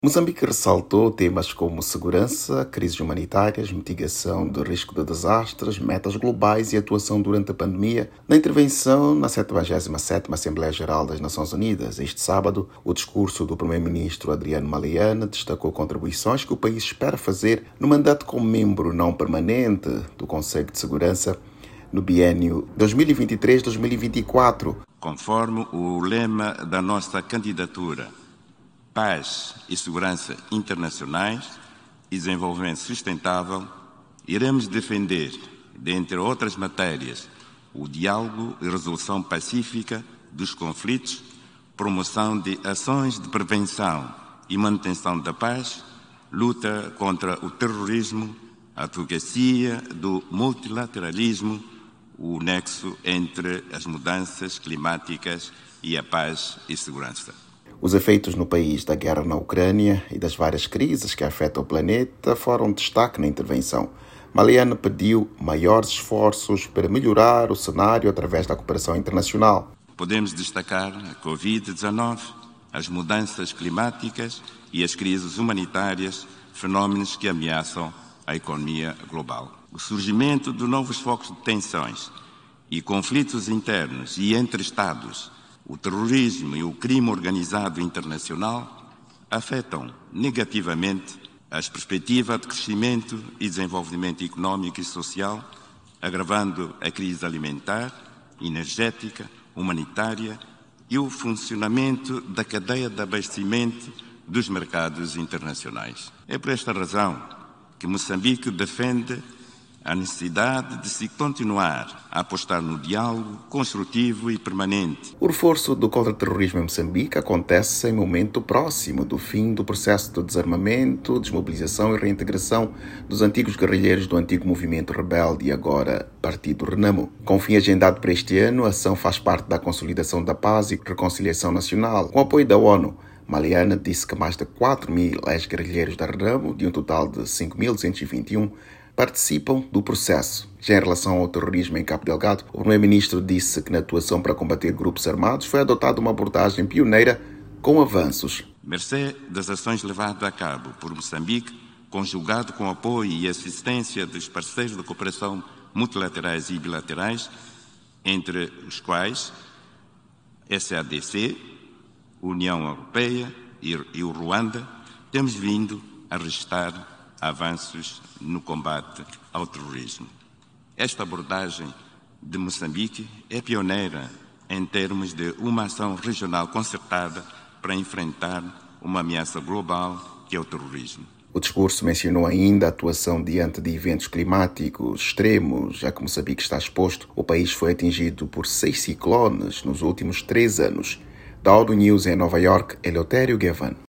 Moçambique ressaltou temas como segurança, crises humanitárias, mitigação do risco de desastres, metas globais e atuação durante a pandemia. Na intervenção na 77ª Assembleia Geral das Nações Unidas, este sábado, o discurso do primeiro-ministro Adriano Maliana destacou contribuições que o país espera fazer no mandato como membro não permanente do Conselho de Segurança no biênio 2023-2024. Conforme o lema da nossa candidatura, Paz e Segurança Internacionais e Desenvolvimento Sustentável, iremos defender, dentre outras matérias, o diálogo e resolução pacífica dos conflitos, promoção de ações de prevenção e manutenção da paz, luta contra o terrorismo, advocacia do multilateralismo, o nexo entre as mudanças climáticas e a paz e segurança. Os efeitos no país da guerra na Ucrânia e das várias crises que afetam o planeta foram destaque na intervenção. Maliana pediu maiores esforços para melhorar o cenário através da cooperação internacional. Podemos destacar a Covid-19, as mudanças climáticas e as crises humanitárias, fenómenos que ameaçam a economia global. O surgimento de novos focos de tensões e conflitos internos e entre Estados, o terrorismo e o crime organizado internacional afetam negativamente as perspectivas de crescimento e desenvolvimento econômico e social, agravando a crise alimentar, energética, humanitária e o funcionamento da cadeia de abastecimento dos mercados internacionais. É por esta razão que Moçambique defende a necessidade de se continuar a apostar no diálogo construtivo e permanente. O reforço do contra-terrorismo em Moçambique acontece em momento próximo do fim do processo de desarmamento, desmobilização e reintegração dos antigos guerrilheiros do antigo movimento rebelde e agora Partido Renamo. Com o fim agendado para este ano, a ação faz parte da consolidação da paz e reconciliação nacional, com apoio da ONU. Maliana disse que mais de 4.000 ex-guerrilheiros da Renamo, de um total de 5.221, participam do processo. Já em relação ao terrorismo em Cabo Delgado, o primeiro-ministro disse que na atuação para combater grupos armados foi adotada uma abordagem pioneira com avanços. Mercê das ações levadas a cabo por Moçambique, conjugado com apoio e assistência dos parceiros de cooperação multilaterais e bilaterais, entre os quais SADC, União Europeia e o Ruanda, temos vindo a registrar avanços no combate ao terrorismo. Esta abordagem de Moçambique é pioneira em termos de uma ação regional concertada para enfrentar uma ameaça global que é o terrorismo. O discurso mencionou ainda a atuação diante de eventos climáticos extremos, já que Moçambique está exposto. O país foi atingido por 6 ciclones nos últimos 3 anos. Da ONU News em Nova York, Eleutério Gavan.